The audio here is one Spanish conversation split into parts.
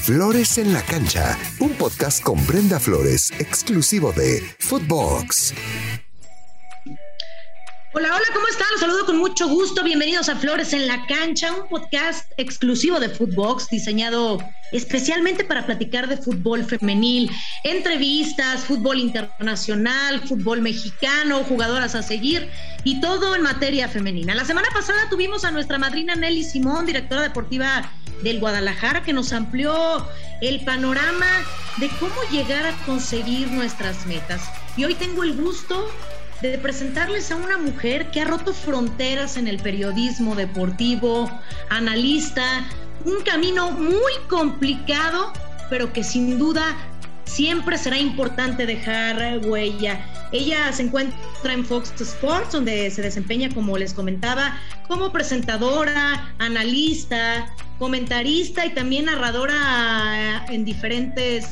Flores en la Cancha, un podcast con Brenda Flores, exclusivo de Footbox. Hola, ¿cómo están? Los saludo con mucho gusto. Bienvenidos a Flores en la Cancha, un podcast exclusivo de Footbox, diseñado especialmente para platicar de fútbol femenil, entrevistas, fútbol internacional, fútbol mexicano, jugadoras a seguir y todo en materia femenina. La semana pasada tuvimos a nuestra madrina Nelly Simón, directora deportiva del Guadalajara, que nos amplió el panorama de cómo llegar a conseguir nuestras metas. Y hoy tengo el gusto de presentarles a una mujer que ha roto fronteras en el periodismo deportivo, analista, un camino muy complicado, pero que sin duda siempre será importante dejar huella. Ella se encuentra en Fox Sports, donde se desempeña, como les comentaba, como presentadora, analista, comentarista y también narradora en diferentes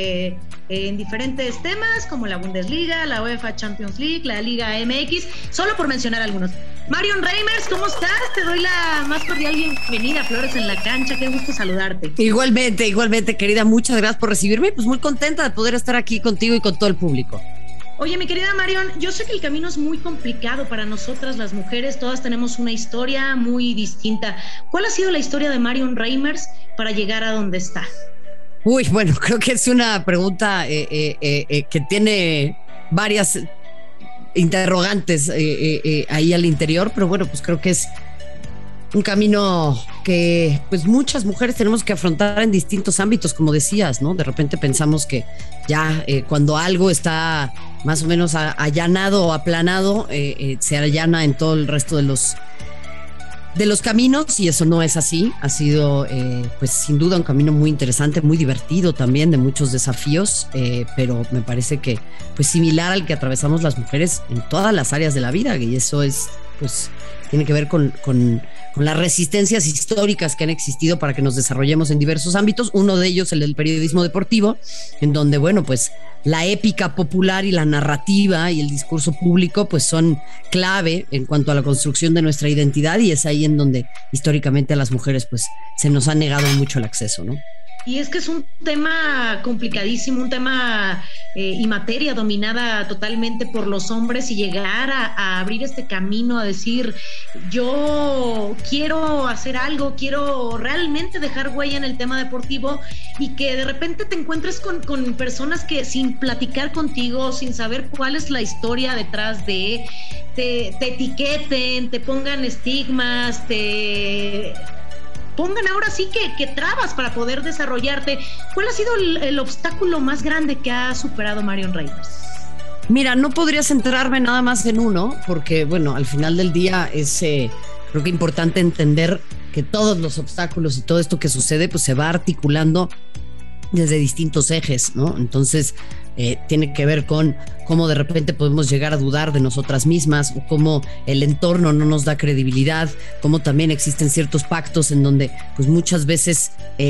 temas como la Bundesliga, la UEFA Champions League, la Liga MX, solo por mencionar algunos. Marion Reimers, ¿cómo estás? Te doy la más cordial bienvenida a Flores en la Cancha, qué gusto saludarte. Igualmente, querida, muchas gracias por recibirme, pues muy contenta de poder estar aquí contigo y con todo el público. Oye, mi querida Marion, yo sé que el camino es muy complicado para nosotras las mujeres, todas tenemos una historia muy distinta. ¿Cuál ha sido la historia de Marion Reimers para llegar a donde está? Uy, bueno, creo que es una pregunta que tiene varias interrogantes ahí al interior, pero bueno, pues creo que es un camino que pues muchas mujeres tenemos que afrontar en distintos ámbitos, como decías, ¿no? De repente pensamos que ya cuando algo está más o menos allanado o aplanado, se allana en todo el resto de los caminos, y eso no es así. Ha sido pues sin duda un camino muy interesante, muy divertido también, de muchos desafíos, pero me parece que pues similar al que atravesamos las mujeres en todas las áreas de la vida, y eso es pues tiene que ver con las resistencias históricas que han existido para que nos desarrollemos en diversos ámbitos, uno de ellos el del periodismo deportivo, en donde bueno pues la épica popular y la narrativa y el discurso público pues son clave en cuanto a la construcción de nuestra identidad, y es ahí en donde históricamente a las mujeres pues se nos ha negado mucho el acceso, ¿no? Y es que es un tema complicadísimo, un tema y materia dominada totalmente por los hombres, y llegar a abrir este camino, a decir, yo quiero hacer algo, quiero realmente dejar huella en el tema deportivo, y que de repente te encuentres con personas que sin platicar contigo, sin saber cuál es la historia detrás de, te etiqueten, te pongan estigmas, te pongan ahora sí que trabas para poder desarrollarte. ¿Cuál ha sido el obstáculo más grande que ha superado Marion Reimers? Mira, no podría centrarme nada más en uno, porque bueno, al final del día es creo que importante entender que todos los obstáculos y todo esto que sucede pues se va articulando desde distintos ejes, ¿no? Entonces tiene que ver con cómo de repente podemos llegar a dudar de nosotras mismas, o cómo el entorno no nos da credibilidad, cómo también existen ciertos pactos en donde pues muchas veces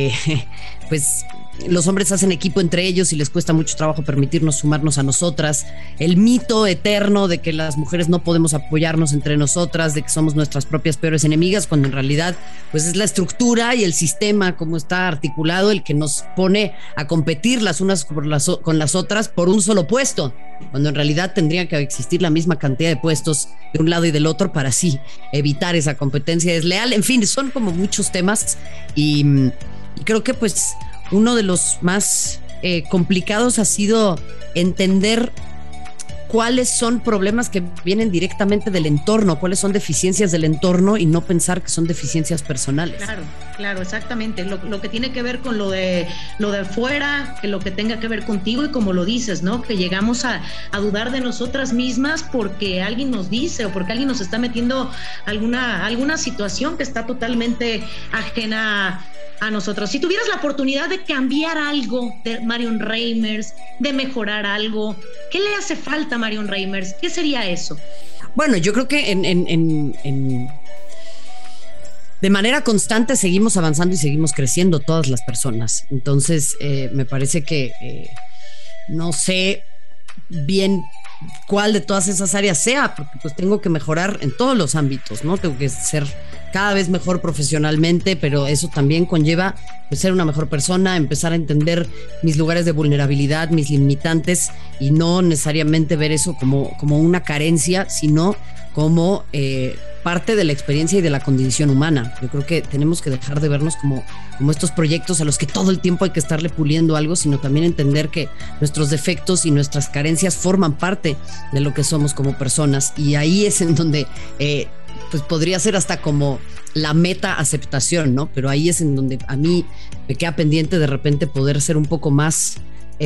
pues los hombres hacen equipo entre ellos y les cuesta mucho trabajo permitirnos sumarnos a nosotras, el mito eterno de que las mujeres no podemos apoyarnos entre nosotras, de que somos nuestras propias peores enemigas, cuando en realidad pues es la estructura y el sistema como está articulado el que nos pone a competir las unas con las otras por un solo puesto, cuando en realidad tendría que existir la misma cantidad de puestos de un lado y del otro para así evitar esa competencia desleal. En fin, son como muchos temas, y creo que pues uno de los más complicados ha sido entender cuáles son problemas que vienen directamente del entorno, cuáles son deficiencias del entorno, y no pensar que son deficiencias personales. Claro, exactamente. Lo que tiene que ver con lo de fuera, que lo que tenga que ver contigo, y como lo dices, ¿no? Que llegamos a dudar de nosotras mismas porque alguien nos dice, o porque alguien nos está metiendo alguna situación que está totalmente ajena a nosotros. Si tuvieras la oportunidad de cambiar algo de Marion Reimers, de mejorar algo, ¿qué le hace falta a Marion Reimers? ¿Qué sería eso? Bueno, yo creo que de manera constante seguimos avanzando y seguimos creciendo todas las personas. Entonces, me parece que no sé bien cuál de todas esas áreas sea, porque pues tengo que mejorar en todos los ámbitos, ¿no? Tengo que ser cada vez mejor profesionalmente, pero eso también conlleva pues, ser una mejor persona, empezar a entender mis lugares de vulnerabilidad, mis limitantes, y no necesariamente ver eso como una carencia, sino como parte de la experiencia y de la condición humana. Yo creo que tenemos que dejar de vernos como estos proyectos a los que todo el tiempo hay que estarle puliendo algo, sino también entender que nuestros defectos y nuestras carencias forman parte de lo que somos como personas, y ahí es en donde pues podría ser hasta como la meta aceptación, ¿no? Pero ahí es en donde a mí me queda pendiente de repente poder ser un poco más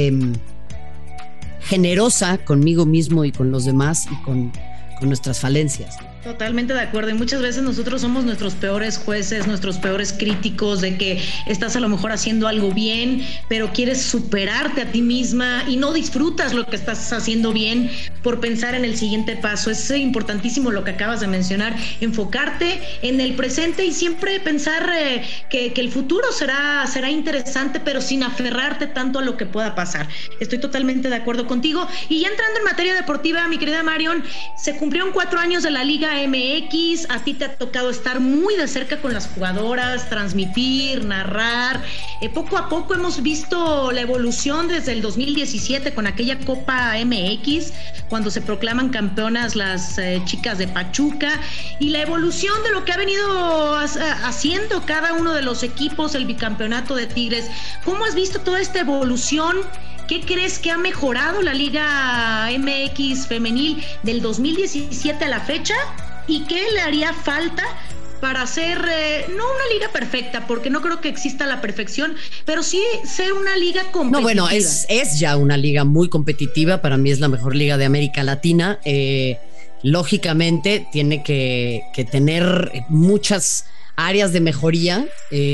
generosa conmigo mismo y con los demás y con nuestras falencias. Totalmente de acuerdo, y muchas veces nosotros somos nuestros peores jueces, nuestros peores críticos de que estás a lo mejor haciendo algo bien, pero quieres superarte a ti misma y no disfrutas lo que estás haciendo bien por pensar en el siguiente paso. Es importantísimo lo que acabas de mencionar, enfocarte en el presente y siempre pensar que el futuro será interesante, pero sin aferrarte tanto a lo que pueda pasar. Estoy totalmente de acuerdo contigo. Y ya entrando en materia deportiva, mi querida Marion, se cumplieron 4 años de la Liga MX, a ti te ha tocado estar muy de cerca con las jugadoras, transmitir, narrar. Poco a poco hemos visto la evolución desde el 2017 con aquella Copa MX, cuando se proclaman campeonas las chicas de Pachuca, y la evolución de lo que ha venido haciendo cada uno de los equipos, el bicampeonato de Tigres. ¿Cómo has visto toda esta evolución? ¿Qué crees que ha mejorado la Liga MX femenil del 2017 a la fecha? ¿Y qué le haría falta para ser, no una liga perfecta, porque no creo que exista la perfección, pero sí ser una liga competitiva? No, bueno, es ya una liga muy competitiva. Para mí es la mejor liga de América Latina. Lógicamente tiene que tener muchas áreas de mejoría.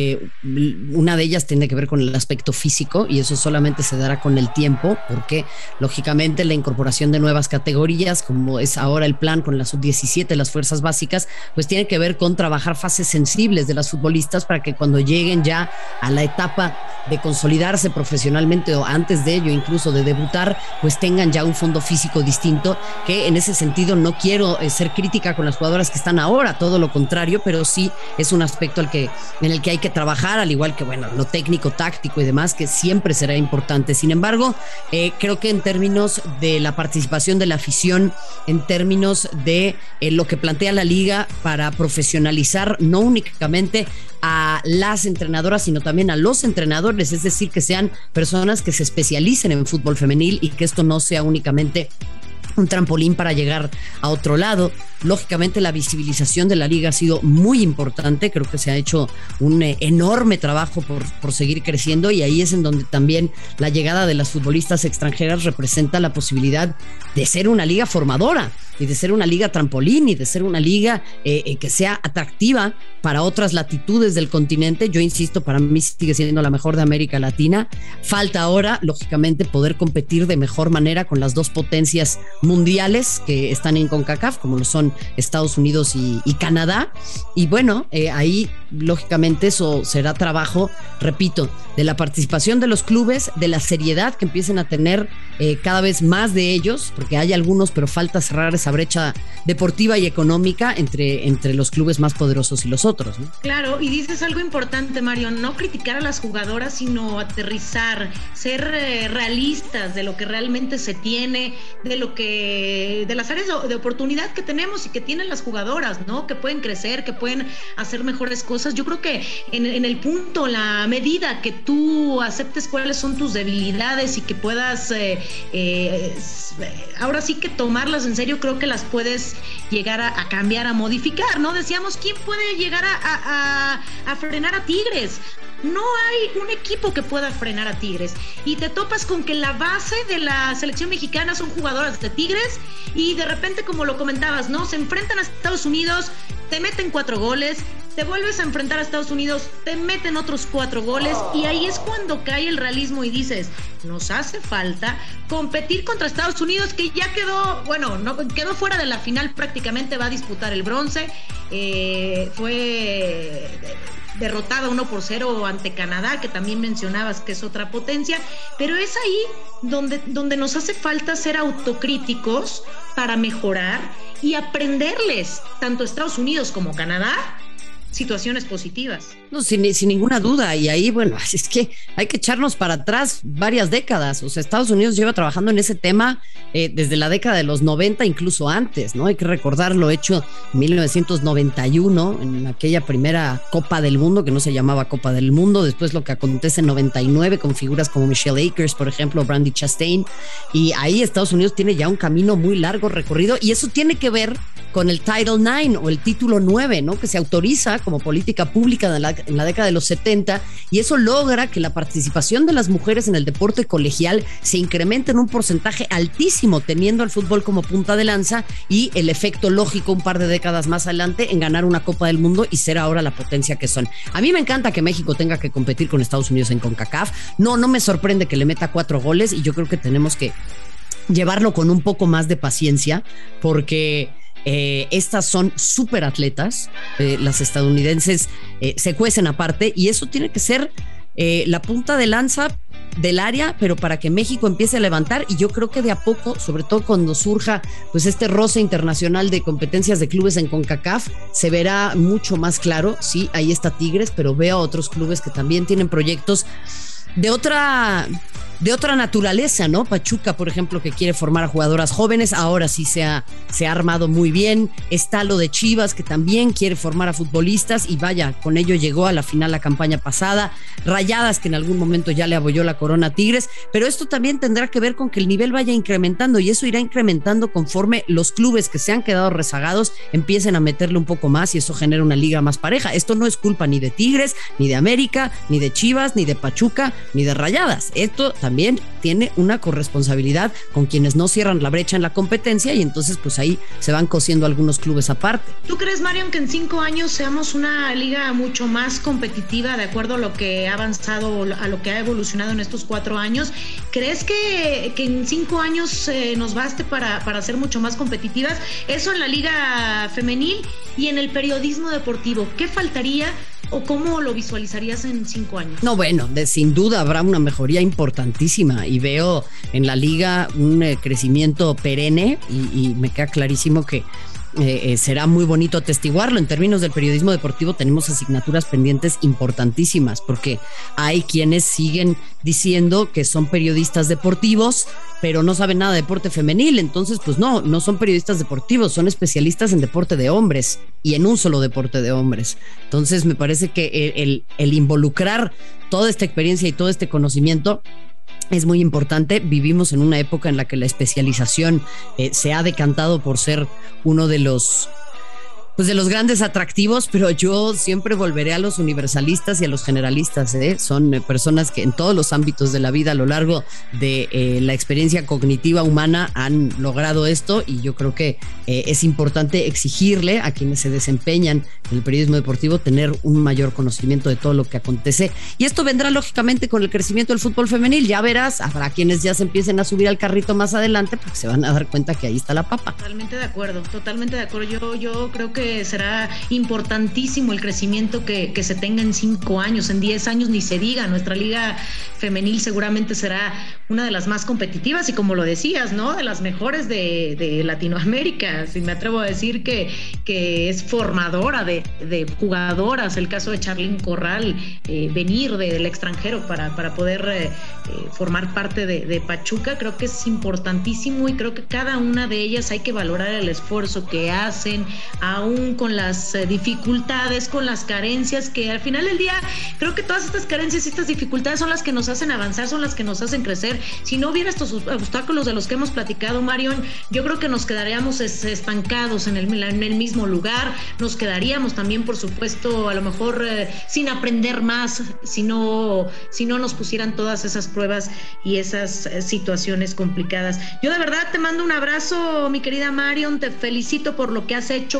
Una de ellas tiene que ver con el aspecto físico, y eso solamente se dará con el tiempo, porque lógicamente la incorporación de nuevas categorías, como es ahora el plan con la sub-17, las fuerzas básicas, pues tiene que ver con trabajar fases sensibles de las futbolistas para que cuando lleguen ya a la etapa de consolidarse profesionalmente, o antes de ello incluso de debutar, pues tengan ya un fondo físico distinto. Que en ese sentido no quiero ser crítica con las jugadoras que están ahora, todo lo contrario, pero sí es un aspecto en el que hay que trabajar, al igual que, bueno, lo técnico, táctico y demás, que siempre será importante. Sin embargo, creo que en términos de la participación de la afición, en términos de lo que plantea la liga para profesionalizar no únicamente a las entrenadoras, sino también a los entrenadores, es decir, que sean personas que se especialicen en fútbol femenil y que esto no sea únicamente un trampolín para llegar a otro lado. Lógicamente la visibilización de la liga ha sido muy importante. Creo que se ha hecho un enorme trabajo por seguir creciendo, y ahí es en donde también la llegada de las futbolistas extranjeras representa la posibilidad de ser una liga formadora y de ser una liga trampolín y de ser una liga que sea atractiva para otras latitudes del continente. Yo insisto, para mí sigue siendo la mejor de América Latina. Falta ahora, lógicamente, poder competir de mejor manera con las dos potencias mundiales que están en CONCACAF, como lo son Estados Unidos y Canadá. Y bueno, ahí lógicamente eso será trabajo, repito, de la participación de los clubes, de la seriedad que empiecen a tener cada vez más de ellos, porque hay algunos, pero falta cerrar esa brecha deportiva y económica entre los clubes más poderosos y los otros, ¿no? Claro, y dices algo importante, Mario, no criticar a las jugadoras, sino aterrizar, ser realistas de lo que realmente se tiene, de las áreas de oportunidad que tenemos y que tienen las jugadoras, ¿no? Que pueden crecer, que pueden hacer mejores cosas. Yo creo que en el punto, la medida que tú aceptes cuáles son tus debilidades y que puedas ahora sí que tomarlas en serio, creo que las puedes llegar a cambiar, a modificar, ¿no? Decíamos, ¿quién puede llegar a frenar a Tigres? No hay un equipo que pueda frenar a Tigres, y te topas con que la base de la selección mexicana son jugadoras de Tigres, y de repente, como lo comentabas, ¿no? Se enfrentan a Estados Unidos, te meten 4 goles, te vuelves a enfrentar a Estados Unidos, te meten otros 4 goles y ahí es cuando cae el realismo y dices, nos hace falta competir contra Estados Unidos, que ya quedó, bueno, no quedó fuera de la final, prácticamente va a disputar el bronce. Fue derrotada 1-0 ante Canadá, que también mencionabas que es otra potencia, pero es ahí donde nos hace falta ser autocríticos para mejorar y aprenderles, tanto Estados Unidos como Canadá, situaciones positivas. No, sin ninguna duda. Y ahí, bueno, es que hay que echarnos para atrás varias décadas. O sea, Estados Unidos lleva trabajando en ese tema desde la década de los 90, incluso antes, ¿no? Hay que recordar lo hecho en 1991, en aquella primera Copa del Mundo, que no se llamaba Copa del Mundo. Después lo que acontece en 99 con figuras como Michelle Akers, por ejemplo, Brandi Chastain. Y ahí Estados Unidos tiene ya un camino muy largo recorrido. Y eso tiene que ver con el Title IX o el Título 9, ¿no? Que se autoriza como política pública en la década de los 70, y eso logra que la participación de las mujeres en el deporte colegial se incremente en un porcentaje altísimo, teniendo al fútbol como punta de lanza y el efecto lógico un par de décadas más adelante en ganar una Copa del Mundo y ser ahora la potencia que son. A mí me encanta que México tenga que competir con Estados Unidos en CONCACAF. No me sorprende que le meta 4 goles y yo creo que tenemos que llevarlo con un poco más de paciencia porque estas son súper atletas, las estadounidenses se cuecen aparte y eso tiene que ser la punta de lanza del área, pero para que México empiece a levantar, y yo creo que de a poco, sobre todo cuando surja pues este roce internacional de competencias de clubes en CONCACAF, se verá mucho más claro. Sí, ahí está Tigres, pero veo a otros clubes que también tienen proyectos de otra naturaleza, ¿no? Pachuca, por ejemplo, que quiere formar a jugadoras jóvenes, ahora sí se ha armado muy bien. Está lo de Chivas, que también quiere formar a futbolistas y vaya, con ello llegó a la final la campaña pasada. Rayadas, que en algún momento ya le abolló la corona a Tigres, pero esto también tendrá que ver con que el nivel vaya incrementando y eso irá incrementando conforme los clubes que se han quedado rezagados empiecen a meterle un poco más y eso genera una liga más pareja. Esto no es culpa ni de Tigres, ni de América, ni de Chivas, ni de Pachuca, ni de Rayadas. Esto también tiene una corresponsabilidad con quienes no cierran la brecha en la competencia y entonces pues ahí se van cosiendo algunos clubes aparte. ¿Tú crees, Marion, que en 5 años seamos una liga mucho más competitiva de acuerdo a lo que ha avanzado, a lo que ha evolucionado en estos 4 años? ¿Crees que en 5 años nos baste para ser mucho más competitivas? Eso en la liga femenil y en el periodismo deportivo. ¿Qué faltaría o cómo lo visualizarías en 5 años? No, bueno, sin duda habrá una mejoría importantísima y veo en la liga un crecimiento perenne y me queda clarísimo que será muy bonito atestiguarlo. En términos del periodismo deportivo tenemos asignaturas pendientes importantísimas porque hay quienes siguen diciendo que son periodistas deportivos pero no saben nada de deporte femenil, entonces pues no son periodistas deportivos, son especialistas en deporte de hombres y en un solo deporte de hombres. Entonces me parece que el involucrar toda esta experiencia y todo este conocimiento es muy importante. Vivimos en una época en la que la especialización se ha decantado por ser uno de los grandes atractivos, pero yo siempre volveré a los universalistas y a los generalistas, son personas que en todos los ámbitos de la vida a lo largo de la experiencia cognitiva humana han logrado esto y yo creo que es importante exigirle a quienes se desempeñan en el periodismo deportivo tener un mayor conocimiento de todo lo que acontece y esto vendrá lógicamente con el crecimiento del fútbol femenil. Ya verás, habrá quienes ya se empiecen a subir al carrito más adelante porque se van a dar cuenta que ahí está la papa. Totalmente de acuerdo. Yo creo que será importantísimo el crecimiento que se tenga en 5 años, en 10 años ni se diga. Nuestra liga femenil seguramente será una de las más competitivas y como lo decías, ¿no? De las mejores de Latinoamérica. Si me atrevo a decir que es formadora de jugadoras. El caso de Charlín Corral, venir del extranjero para poder formar parte de Pachuca, creo que es importantísimo y creo que cada una de ellas hay que valorar el esfuerzo que hacen, aún con las dificultades, con las carencias, que al final del día creo que todas estas carencias y estas dificultades son las que nos hacen avanzar, son las que nos hacen crecer. Si no hubiera estos obstáculos de los que hemos platicado, Marion, yo creo que nos quedaríamos estancados en el mismo lugar, nos quedaríamos también, por supuesto, a lo mejor sin aprender más, si no nos pusieran todas esas pruebas y esas situaciones complicadas. Yo de verdad te mando un abrazo, mi querida Marion, te felicito por lo que has hecho, por abrir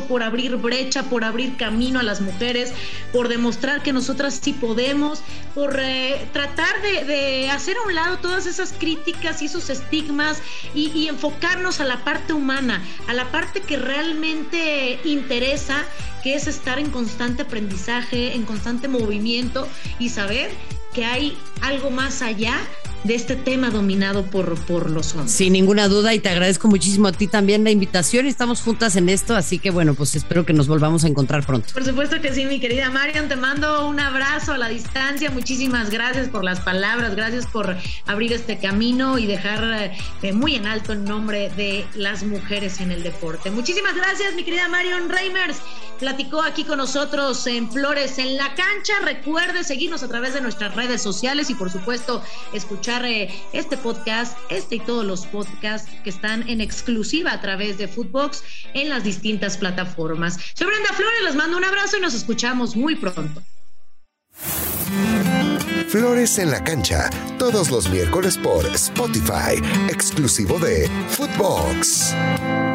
abrir brecha, por abrir camino a las mujeres, por demostrar que nosotras sí podemos, por tratar de hacer a un lado todas esas críticas y esos estigmas y enfocarnos a la parte humana, a la parte que realmente interesa, que es estar en constante aprendizaje, en constante movimiento y saber que hay algo más allá de este tema dominado por los hombres. Sin ninguna duda, y te agradezco muchísimo a ti también la invitación. Estamos juntas en esto, así que bueno, pues espero que nos volvamos a encontrar pronto. Por supuesto que sí, mi querida Marion, te mando un abrazo a la distancia. Muchísimas gracias por las palabras, gracias por abrir este camino y dejar muy en alto el nombre de las mujeres en el deporte. Muchísimas gracias, mi querida Marion Reimers. Platicó aquí con nosotros en Flores en la Cancha. Recuerde seguirnos a través de nuestras redes sociales y por supuesto escuchar este podcast, y todos los podcasts que están en exclusiva a través de Footbox en las distintas plataformas. Soy Brenda Flores, les mando un abrazo y nos escuchamos muy pronto. Flores en la Cancha, todos los miércoles por Spotify, exclusivo de Footbox.